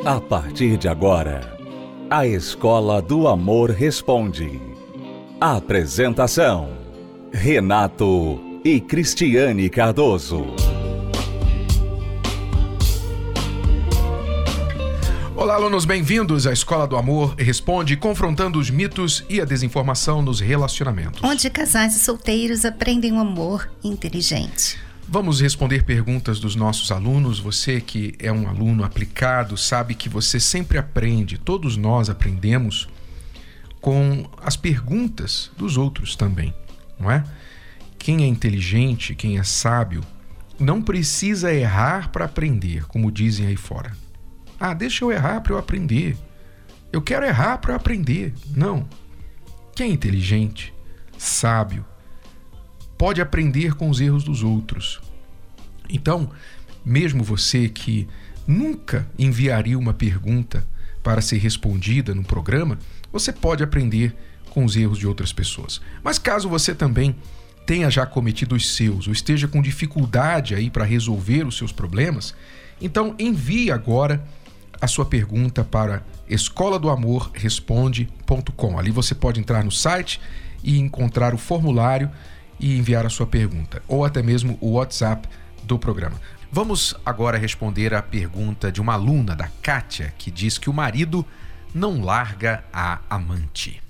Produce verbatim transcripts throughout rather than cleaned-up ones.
A partir de agora, a Escola do Amor Responde. Apresentação: Renato e Cristiane Cardoso. Olá, alunos, bem-vindos à Escola do Amor Responde, confrontando os mitos e a desinformação nos relacionamentos. Onde casais e solteiros aprendem um amor inteligente. Vamos responder perguntas dos nossos alunos. Você que é um aluno aplicado sabe que você sempre aprende, todos nós aprendemos com as perguntas dos outros também, não é? Quem é inteligente, quem é sábio, não precisa errar para aprender, como dizem aí fora. Ah, deixa eu errar para eu aprender. Eu quero errar para eu aprender. Não. Quem é inteligente, sábio, pode aprender com os erros dos outros. Então, mesmo você que nunca enviaria uma pergunta para ser respondida no programa, você pode aprender com os erros de outras pessoas. Mas caso você também tenha já cometido os seus, ou esteja com dificuldade aí para resolver os seus problemas, então envie agora a sua pergunta para escola do amor responde ponto com. Ali você pode entrar no site e encontrar o formulário e enviar a sua pergunta, ou até mesmo o WhatsApp do programa. Vamos agora responder a pergunta de uma aluna, da Kátia, que diz que o marido não larga a amante.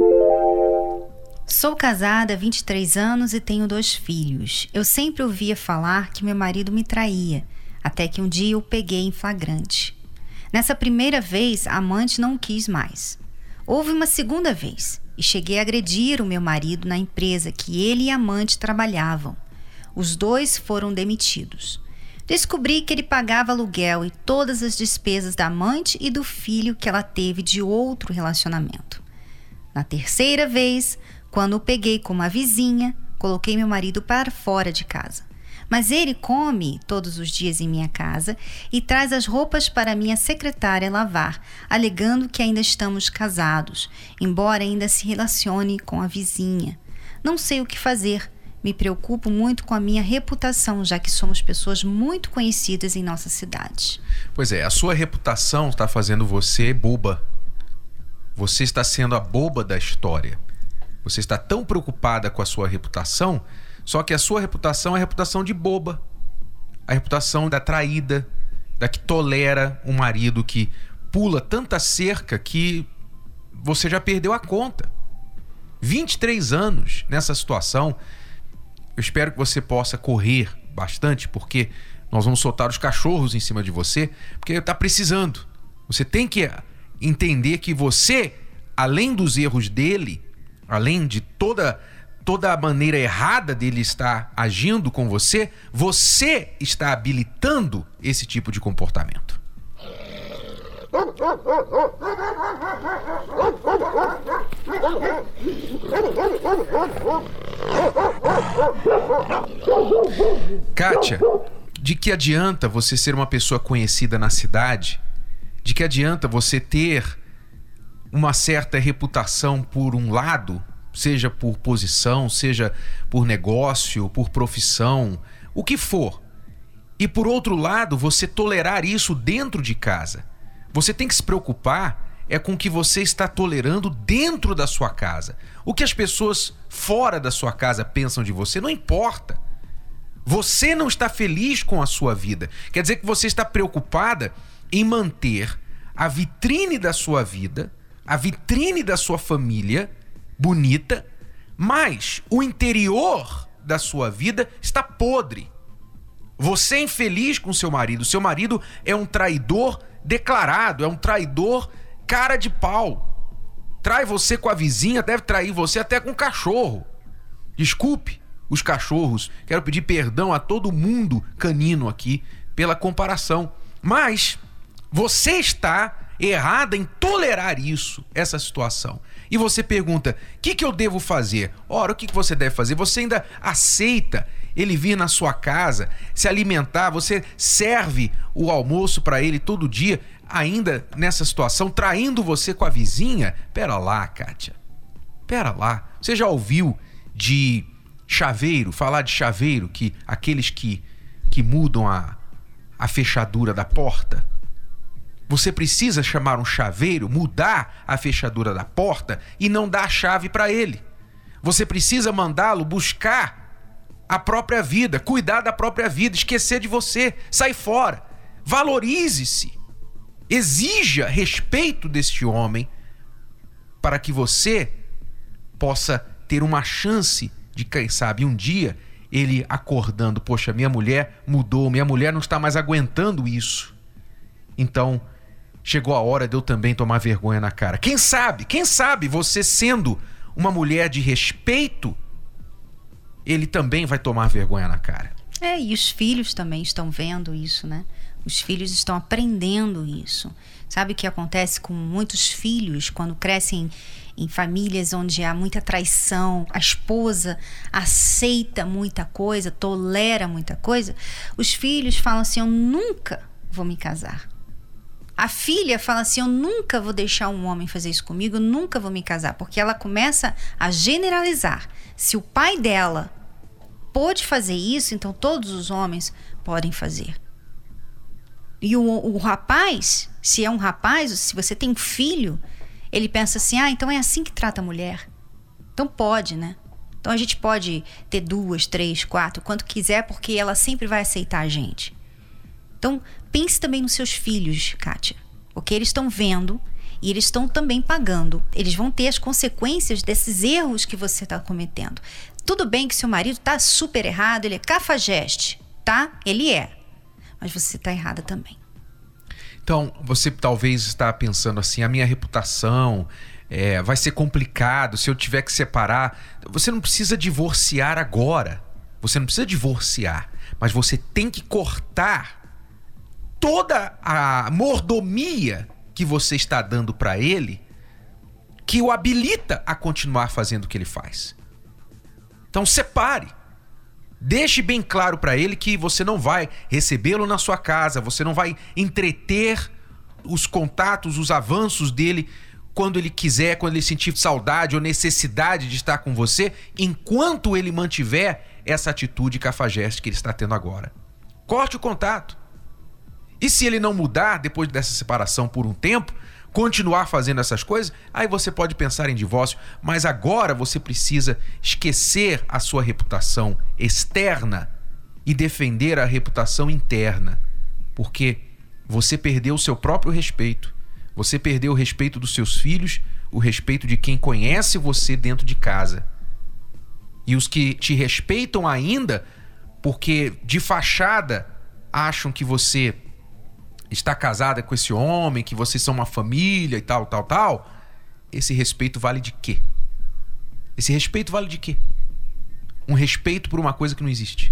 Sou casada há vinte e três anos e tenho dois filhos. Eu sempre ouvia falar que meu marido me traía, até que um dia eu peguei em flagrante. Nessa primeira vez, a amante não quis mais. Houve uma segunda vez e cheguei a agredir o meu marido na empresa que ele e a amante trabalhavam. Os dois foram demitidos. Descobri que ele pagava aluguel e todas as despesas da amante e do filho que ela teve de outro relacionamento. Na terceira vez, quando o peguei com uma vizinha, coloquei meu marido para fora de casa. Mas ele come todos os dias em minha casa e traz as roupas para minha secretária lavar, alegando que ainda estamos casados, embora ainda se relacione com a vizinha. Não sei o que fazer. Me preocupo muito com a minha reputação, já que somos pessoas muito conhecidas em nossa cidade. Pois é, a sua reputação está fazendo você boba. Você está sendo a boba da história. Você está tão preocupada com a sua reputação, só que a sua reputação é a reputação de boba. A reputação da traída, da que tolera um marido que pula tanta cerca que você já perdeu a conta. vinte e três anos nessa situação. Eu espero que você possa correr bastante, porque nós vamos soltar os cachorros em cima de você, porque está precisando. Você tem que entender que você, além dos erros dele, além de toda, toda a maneira errada dele estar agindo com você, você está habilitando esse tipo de comportamento. Kátia, de que adianta você ser uma pessoa conhecida na cidade? De que adianta você ter uma certa reputação por um lado, seja por posição, seja por negócio, por profissão, o que for, e por outro lado você tolerar isso dentro de casa? Você tem que se preocupar é com o que você está tolerando dentro da sua casa. O que as pessoas fora da sua casa pensam de você não importa. Você não está feliz com a sua vida. Quer dizer que você está preocupada em manter a vitrine da sua vida, a vitrine da sua família bonita, mas o interior da sua vida está podre. Você é infeliz com seu marido. Seu marido é um traidor declarado, é um traidor cara de pau. Trai você com a vizinha, deve trair você até com o cachorro. Desculpe os cachorros, quero pedir perdão a todo mundo canino aqui pela comparação. Mas você está errada em tolerar isso, essa situação. E você pergunta, o que, que eu devo fazer? Ora, o que, que você deve fazer? Você ainda aceita ele vir na sua casa, se alimentar, você serve o almoço para ele todo dia, ainda nessa situação, traindo você com a vizinha? Pera lá, Kátia. Pera lá. Você já ouviu de chaveiro, falar de chaveiro, que aqueles que, que mudam a, a fechadura da porta? Você precisa chamar um chaveiro, mudar a fechadura da porta e não dar a chave para ele. Você precisa mandá-lo buscar a própria vida, cuidar da própria vida, esquecer de você, sair fora. Valorize-se. Exija respeito deste homem para que você possa ter uma chance de, quem sabe, um dia ele acordando, poxa, minha mulher mudou, minha mulher não está mais aguentando isso. Então, chegou a hora de eu também tomar vergonha na cara. Quem sabe, quem sabe você sendo uma mulher de respeito, ele também vai tomar vergonha na cara. É, e os filhos também estão vendo isso, né? Os filhos estão aprendendo isso. Sabe o que acontece com muitos filhos quando crescem em famílias onde há muita traição, a esposa aceita muita coisa, tolera muita coisa? Os filhos falam assim, eu nunca vou me casar. A filha fala assim, eu nunca vou deixar um homem fazer isso comigo, eu nunca vou me casar. Porque ela começa a generalizar. Se o pai dela pôde fazer isso, então todos os homens podem fazer. E o, o rapaz, se é um rapaz, se você tem um filho, ele pensa assim, ah, então é assim que trata a mulher. Então pode, né? Então a gente pode ter duas, três, quatro, quanto quiser, porque ela sempre vai aceitar a gente. Então, pense também nos seus filhos, Kátia, porque eles estão vendo e eles estão também pagando. Eles vão ter as consequências desses erros que você está cometendo. Tudo bem que seu marido está super errado, ele é cafajeste, tá? Ele é. Mas você está errada também. Então, você talvez está pensando assim, a minha reputação é, vai ser complicado se eu tiver que separar. Você não precisa divorciar agora. Você não precisa divorciar, mas você tem que cortar toda a mordomia que você está dando para ele, que o habilita a continuar fazendo o que ele faz. Então separe. Deixe bem claro para ele que você não vai recebê-lo na sua casa, você não vai entreter os contatos, os avanços dele quando ele quiser, quando ele sentir saudade ou necessidade de estar com você, enquanto ele mantiver essa atitude cafajeste que ele está tendo agora. Corte o contato. E se ele não mudar depois dessa separação por um tempo, continuar fazendo essas coisas, aí você pode pensar em divórcio, mas agora você precisa esquecer a sua reputação externa e defender a reputação interna, porque você perdeu o seu próprio respeito, você perdeu o respeito dos seus filhos, o respeito de quem conhece você dentro de casa. E os que te respeitam ainda, porque de fachada acham que você está casada com esse homem, que vocês são uma família e tal, tal, tal, esse respeito vale de quê? Esse respeito vale de quê? Um respeito por uma coisa que não existe.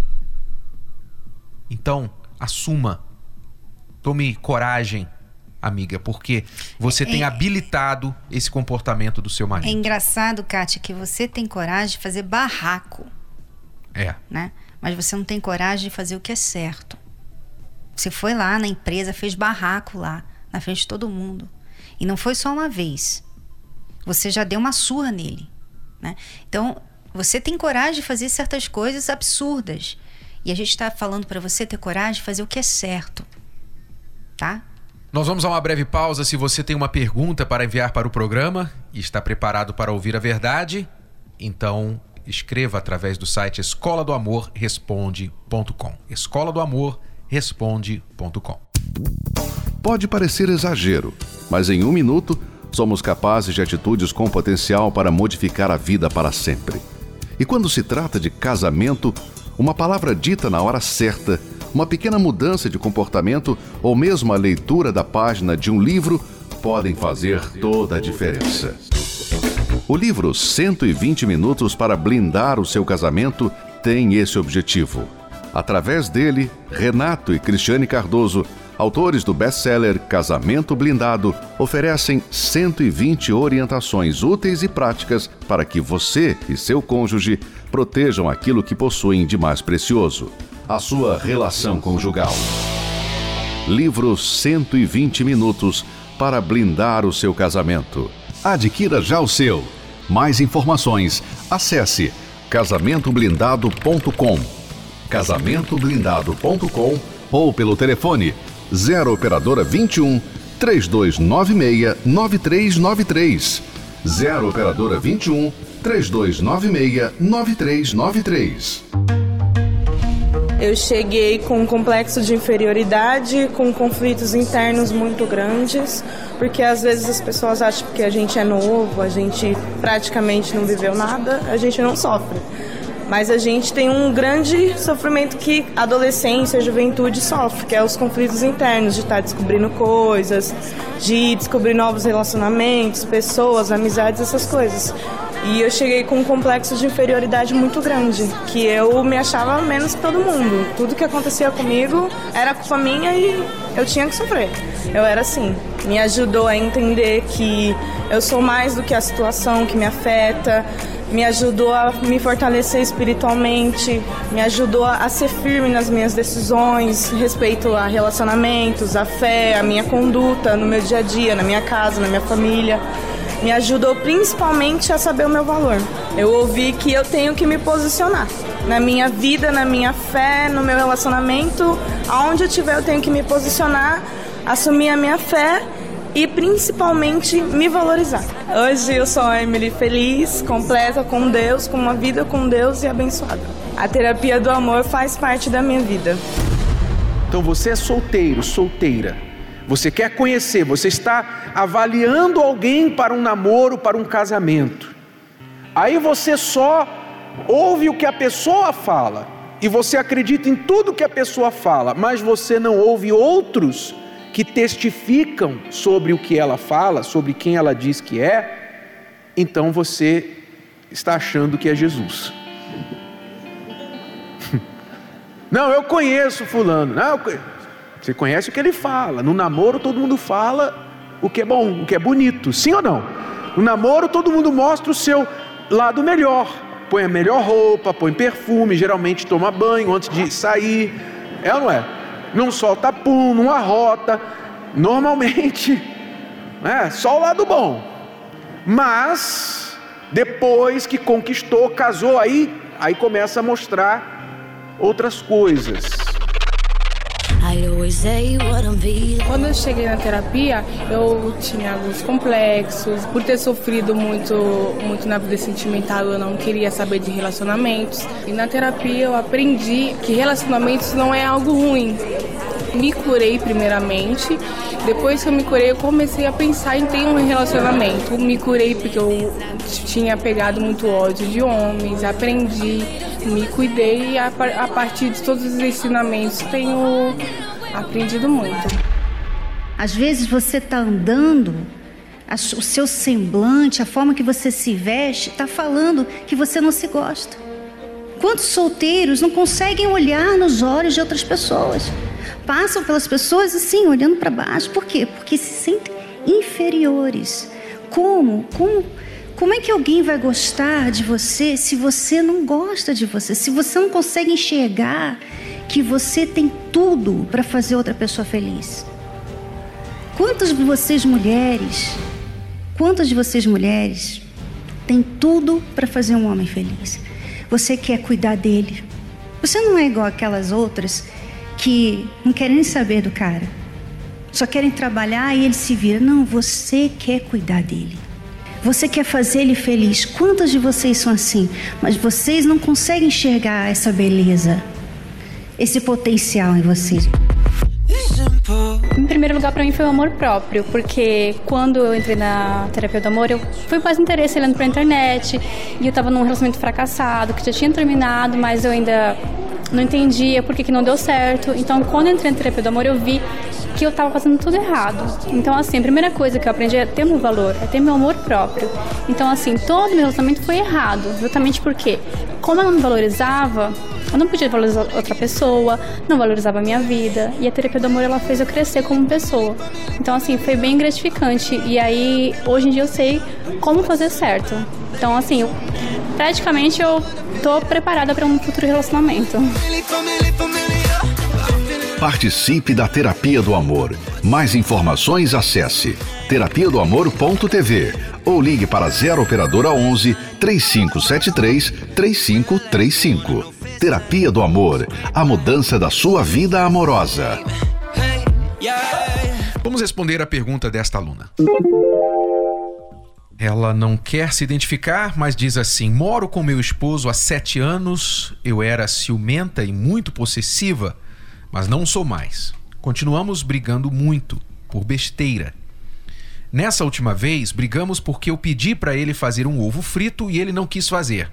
Então, assuma. Tome coragem, amiga, porque você é, tem habilitado esse comportamento do seu marido. É engraçado, Kátia, que você tem coragem de fazer barraco. É. Né? Mas você não tem coragem de fazer o que é certo. Você foi lá na empresa, fez barraco lá, na frente de todo mundo. E não foi só uma vez. Você já deu uma surra nele, né? Então, você tem coragem de fazer certas coisas absurdas. E a gente está falando para você ter coragem de fazer o que é certo, tá? Nós vamos a uma breve pausa. Se você tem uma pergunta para enviar para o programa e está preparado para ouvir a verdade, então escreva através do site escola do amor responde ponto com. escola do amor responde ponto com. Pode parecer exagero, mas em um minuto somos capazes de atitudes com potencial para modificar a vida para sempre. E quando se trata de casamento, uma palavra dita na hora certa, uma pequena mudança de comportamento ou mesmo a leitura da página de um livro podem fazer toda a diferença. O livro cento e vinte Minutos para Blindar o Seu Casamento tem esse objetivo. Através dele, Renato e Cristiane Cardoso, autores do best-seller Casamento Blindado, oferecem cento e vinte orientações úteis e práticas para que você e seu cônjuge protejam aquilo que possuem de mais precioso, a sua relação conjugal. Livro cento e vinte Minutos para Blindar o Seu Casamento. Adquira já o seu. Mais informações, acesse casamento blindado ponto com. casamento blindado ponto com ou pelo telefone zero operadora vinte e um, três dois nove seis, nove três nove três. zero Operadora vinte e um, três dois nove seis, nove três nove três. Eu cheguei com um complexo de inferioridade, com conflitos internos muito grandes, porque às vezes as pessoas acham que a gente é novo, a gente praticamente não viveu nada, a gente não sofre. Mas a gente tem um grande sofrimento que a adolescência, a juventude sofre, que é os conflitos internos, de estar descobrindo coisas, de descobrir novos relacionamentos, pessoas, amizades, essas coisas. E eu cheguei com um complexo de inferioridade muito grande, que eu me achava menos que todo mundo. Tudo que acontecia comigo era culpa minha e eu tinha que sofrer. Eu era assim. Me ajudou a entender que eu sou mais do que a situação que me afeta, me ajudou a me fortalecer espiritualmente, me ajudou a ser firme nas minhas decisões, respeito a relacionamentos, a fé, a minha conduta no meu dia a dia, na minha casa, na minha família. Me ajudou principalmente a saber o meu valor. Eu ouvi que eu tenho que me posicionar na minha vida, na minha fé, no meu relacionamento. Aonde eu estiver, eu tenho que me posicionar, assumir a minha fé e principalmente me valorizar. Hoje eu sou a Emily feliz, completa com Deus, com uma vida com Deus e abençoada. A terapia do amor faz parte da minha vida. Então você é solteiro, solteira. Você quer conhecer, você está avaliando alguém para um namoro, para um casamento. Aí você só ouve o que a pessoa fala e você acredita em tudo que a pessoa fala, mas você não ouve outros que testificam sobre o que ela fala, sobre quem ela diz que é. Então você está achando que é Jesus. Não, eu conheço fulano. Não, eu conheço. Você conhece o que ele fala. No namoro todo mundo fala o que é bom, o que é bonito. Sim ou não? No namoro todo mundo mostra o seu lado melhor. Põe a melhor roupa, põe perfume, geralmente toma banho antes de sair. É ou não é? Não solta pum, não arrota. Normalmente, é só o lado bom. Mas, depois que conquistou, casou, aí, aí começa a mostrar outras coisas. Quando eu cheguei na terapia, eu tinha alguns complexos. Por ter sofrido muito, muito na vida sentimental, eu não queria saber de relacionamentos. E na terapia eu aprendi que relacionamentos não é algo ruim. Me curei primeiramente. Depois que eu me curei, eu comecei a pensar em ter um relacionamento. Me curei porque eu tinha pegado muito ódio de homens. Aprendi, me cuidei e a, a partir de todos os ensinamentos tenho aprendido muito. Às vezes você está andando, a, o seu semblante, a forma que você se veste, está falando que você não se gosta. Quantos solteiros não conseguem olhar nos olhos de outras pessoas? Passam pelas pessoas assim, olhando para baixo. Por quê? Porque se sentem inferiores. Como? Como? Como é que alguém vai gostar de você se você não gosta de você? Se você não consegue enxergar que você tem tudo para fazer outra pessoa feliz? Quantas de vocês mulheres, quantas de vocês mulheres têm tudo para fazer um homem feliz? Você quer cuidar dele. Você não é igual aquelas outras que não querem nem saber do cara. Só querem trabalhar e ele se vira. Não, você quer cuidar dele. Você quer fazer ele feliz. Quantas de vocês são assim? Mas vocês não conseguem enxergar essa beleza, esse potencial em vocês. Em primeiro lugar, para mim foi o amor próprio, porque quando eu entrei na terapia do amor, eu fui com mais interesse olhando pra internet, e eu tava num relacionamento fracassado, que já tinha terminado, mas eu ainda não entendia por que que não deu certo. Então, quando eu entrei na terapia do amor, eu vi que eu tava fazendo tudo errado. Então, assim, a primeira coisa que eu aprendi é ter meu valor, é ter meu amor próprio. Então, assim, todo meu relacionamento foi errado, justamente porque, como eu não me valorizava, eu não podia valorizar outra pessoa, não valorizava a minha vida. E a terapia do amor, ela fez eu crescer como pessoa. Então, assim, foi bem gratificante. E aí, hoje em dia eu sei como fazer certo. Então, assim, eu, praticamente eu tô preparada para um futuro relacionamento. Participe da Terapia do Amor. Mais informações, acesse terapia do amor ponto t v ou ligue para zero Operadora onze, três cinco sete três, três cinco três cinco. Terapia do Amor, a mudança da sua vida amorosa. Vamos responder a pergunta desta aluna. Ela não quer se identificar, mas diz assim: moro com meu esposo há sete anos, eu era ciumenta e muito possessiva, mas não sou mais. Continuamos brigando muito, por besteira. Nessa última vez, brigamos porque eu pedi para ele fazer um ovo frito e ele não quis fazer.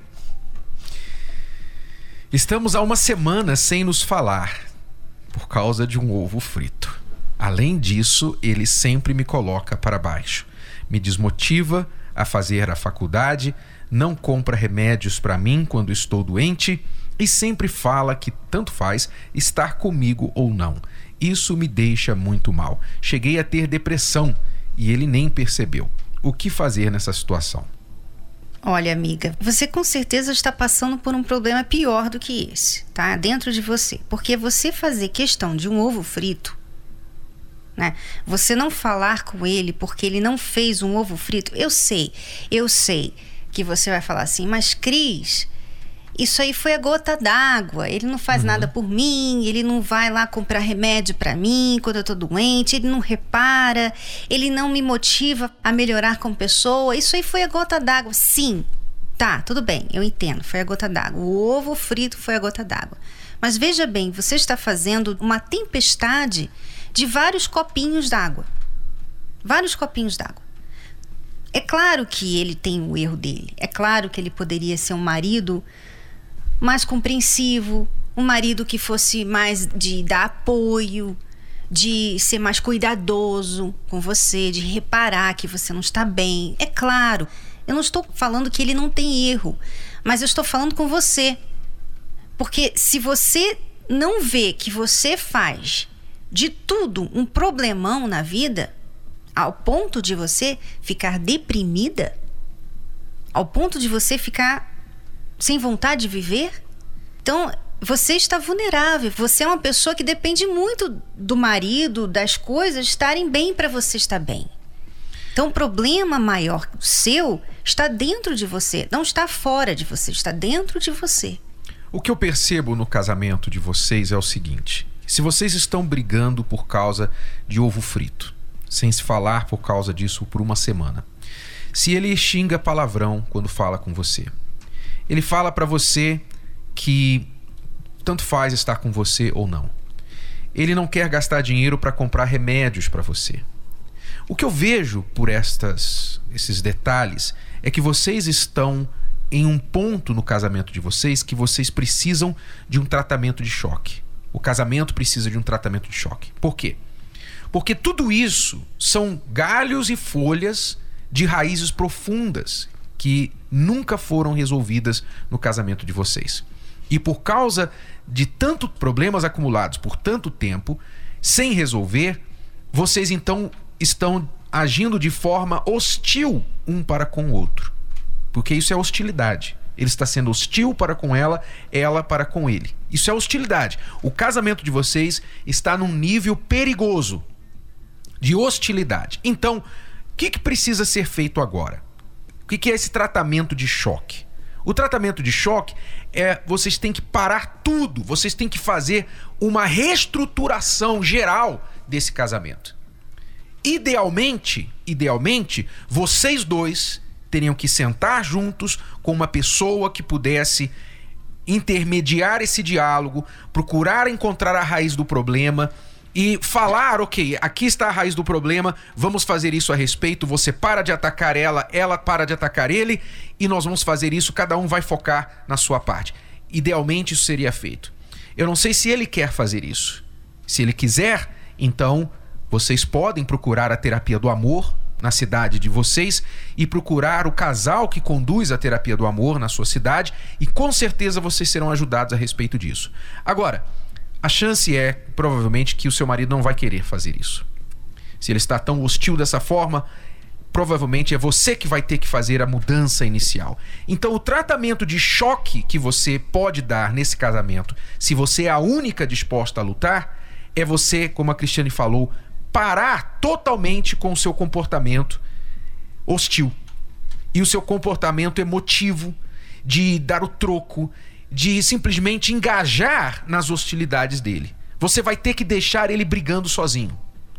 Estamos há uma semana sem nos falar, por causa de um ovo frito. Além disso, ele sempre me coloca para baixo. Me desmotiva a fazer a faculdade, não compra remédios para mim quando estou doente e sempre fala que tanto faz estar comigo ou não. Isso me deixa muito mal. Cheguei a ter depressão e ele nem percebeu. O que fazer nessa situação? Olha, amiga, você com certeza está passando por um problema pior do que esse, tá? Dentro de você. Porque você fazer questão de um ovo frito, né? Você não falar com ele porque ele não fez um ovo frito. Eu sei, eu sei que você vai falar assim, mas Cris, isso aí foi a gota d'água. Ele não faz uhum. nada por mim, ele não vai lá comprar remédio pra mim quando eu tô doente, ele não repara, ele não me motiva a melhorar como pessoa. Isso aí foi a gota d'água. Sim, tá, tudo bem, eu entendo, foi a gota d'água. O ovo frito foi a gota d'água. Mas veja bem, você está fazendo uma tempestade de vários copinhos d'água. Vários copinhos d'água. É claro que ele tem o erro dele. É claro que ele poderia ser um marido mais compreensivo, um marido que fosse mais de dar apoio, de ser mais cuidadoso com você, de reparar que você não está bem. É claro, eu não estou falando que ele não tem erro, mas eu estou falando com você. Porque se você não vê que você faz de tudo um problemão na vida, ao ponto de você ficar deprimida, ao ponto de você ficar sem vontade de viver, então você está vulnerável. Você é uma pessoa que depende muito do marido, das coisas estarem bem para você estar bem. Então o problema maior seu está dentro de você, não está fora de você, está dentro de você. O que eu percebo no casamento de vocês é o seguinte: se vocês estão brigando por causa de ovo frito, sem se falar por causa disso por uma semana, se ele xinga palavrão quando fala com você, ele fala pra você que tanto faz estar com você ou não, ele não quer gastar dinheiro para comprar remédios para você. O que eu vejo por estas, esses detalhes é que vocês estão em um ponto no casamento de vocês que vocês precisam de um tratamento de choque. O casamento precisa de um tratamento de choque. Por quê? Porque tudo isso são galhos e folhas de raízes profundas que nunca foram resolvidas no casamento de vocês. E por causa de tantos problemas acumulados por tanto tempo, sem resolver, vocês então estão agindo de forma hostil um para com o outro. Porque isso é hostilidade. Ele está sendo hostil para com ela, ela para com ele. Isso é hostilidade. O casamento de vocês está num nível perigoso de hostilidade. Então, o que, que precisa ser feito agora? O que, que é esse tratamento de choque? O tratamento de choque é: vocês têm que parar tudo, vocês têm que fazer uma reestruturação geral desse casamento. Idealmente, idealmente, vocês dois teriam que sentar juntos com uma pessoa que pudesse intermediar esse diálogo, procurar encontrar a raiz do problema e falar: ok, aqui está a raiz do problema, vamos fazer isso a respeito, você para de atacar ela, ela para de atacar ele, e nós vamos fazer isso, cada um vai focar na sua parte. Idealmente isso seria feito. Eu não sei se ele quer fazer isso. Se ele quiser, então vocês podem procurar a terapia do amor na cidade de vocês e procurar o casal que conduz a terapia do amor na sua cidade, e com certeza vocês serão ajudados a respeito disso. Agora, a chance é, provavelmente, que o seu marido não vai querer fazer isso. Se ele está tão hostil dessa forma, provavelmente é você que vai ter que fazer a mudança inicial. Então, o tratamento de choque que você pode dar nesse casamento, se você é a única disposta a lutar, é você, como a Cristiane falou, parar totalmente com o seu comportamento hostil e o seu comportamento emotivo de dar o troco, de simplesmente engajar nas hostilidades dele. Você vai ter que deixar ele brigando sozinho.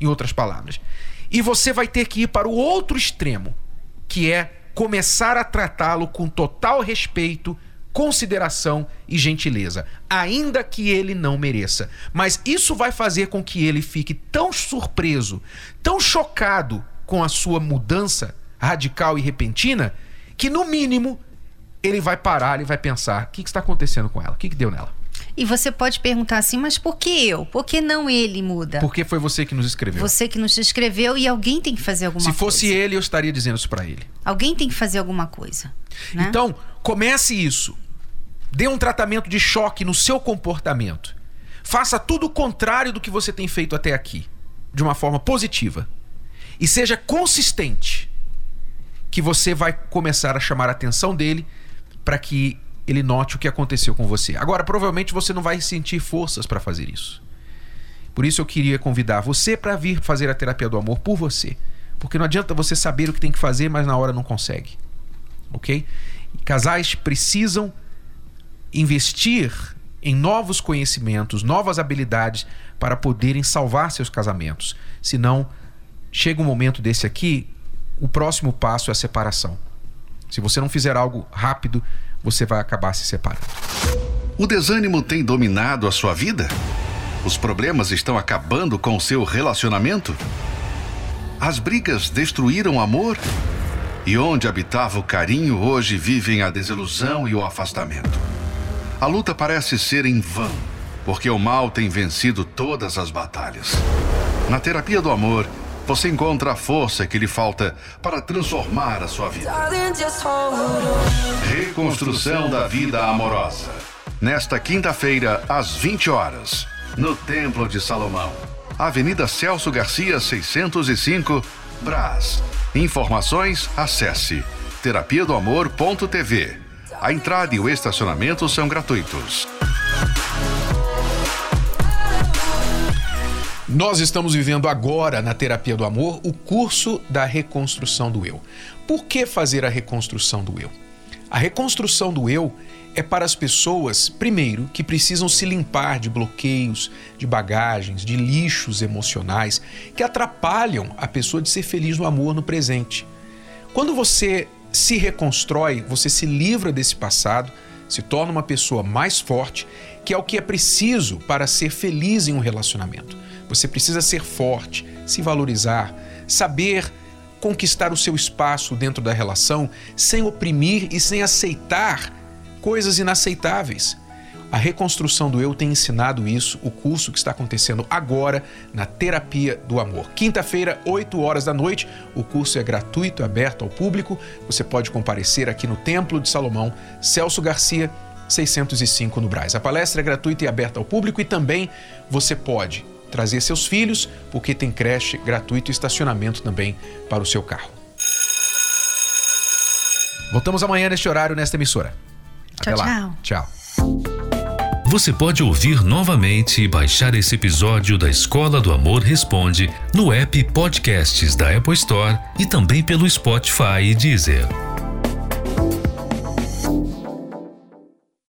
em outras palavras. E você vai ter que ir para o outro extremo, que é começar a tratá-lo com total respeito, consideração e gentileza, ainda que ele não mereça. Mas isso vai fazer com que ele fique tão surpreso, tão chocado com a sua mudança radical e repentina, que no mínimo ele vai parar, ele vai pensar: o que, que está acontecendo com ela? O que, que deu nela? E você pode perguntar assim: mas por que eu? Por que não ele muda? Porque foi você que nos escreveu. Você que nos escreveu, e alguém tem que fazer alguma coisa. Se fosse coisa. ele, eu estaria dizendo isso para ele. Alguém tem que fazer alguma coisa, né? Então, comece isso. Dê um tratamento de choque no seu comportamento. Faça tudo o contrário do que você tem feito até aqui, de uma forma positiva. E seja consistente, que você vai começar a chamar a atenção dele para que ele note o que aconteceu com você. Agora, provavelmente você não vai sentir forças para fazer isso. Por isso eu queria convidar você para vir fazer a terapia do amor por você. Porque não adianta você saber o que tem que fazer, mas na hora não consegue. Ok? Casais precisam investir em novos conhecimentos, novas habilidades para poderem salvar seus casamentos. Senão, chega um momento desse aqui, o próximo passo é a separação. Se você não fizer algo rápido, você vai acabar se separando. O desânimo tem dominado a sua vida? Os problemas estão acabando com o seu relacionamento? As brigas destruíram o amor? E onde habitava o carinho, hoje vivem a desilusão e o afastamento. A luta parece ser em vão, porque o mal tem vencido todas as batalhas. Na terapia do amor, você encontra a força que lhe falta para transformar a sua vida. Reconstrução da vida amorosa. Nesta quinta-feira, às vinte horas, no Templo de Salomão, Avenida Celso Garcia, seiscentos e cinco, Brás. Informações, acesse terapia do amor ponto t v. A entrada e o estacionamento são gratuitos. Nós estamos vivendo agora, na Terapia do Amor, o curso da reconstrução do eu. Por que fazer a reconstrução do eu? A reconstrução do eu é para as pessoas, primeiro, que precisam se limpar de bloqueios, de bagagens, de lixos emocionais que atrapalham a pessoa de ser feliz no amor no presente. Quando você se reconstrói, você se livra desse passado, se torna uma pessoa mais forte, que é o que é preciso para ser feliz em um relacionamento. Você precisa ser forte, se valorizar, saber conquistar o seu espaço dentro da relação sem oprimir e sem aceitar coisas inaceitáveis. A reconstrução do eu tem ensinado isso, o curso que está acontecendo agora na Terapia do Amor. Quinta-feira, oito horas da noite, o curso é gratuito, é aberto ao público. Você pode comparecer aqui no Templo de Salomão, Celso Garcia, seiscentos e cinco no Brás. A palestra é gratuita e aberta ao público e também você pode trazer seus filhos, porque tem creche gratuito e estacionamento também para o seu carro. Voltamos amanhã neste horário, nesta emissora. Até tchau, lá. Tchau. Tchau. Você pode ouvir novamente e baixar esse episódio da Escola do Amor Responde no app Podcasts da Apple Store e também pelo Spotify e Deezer.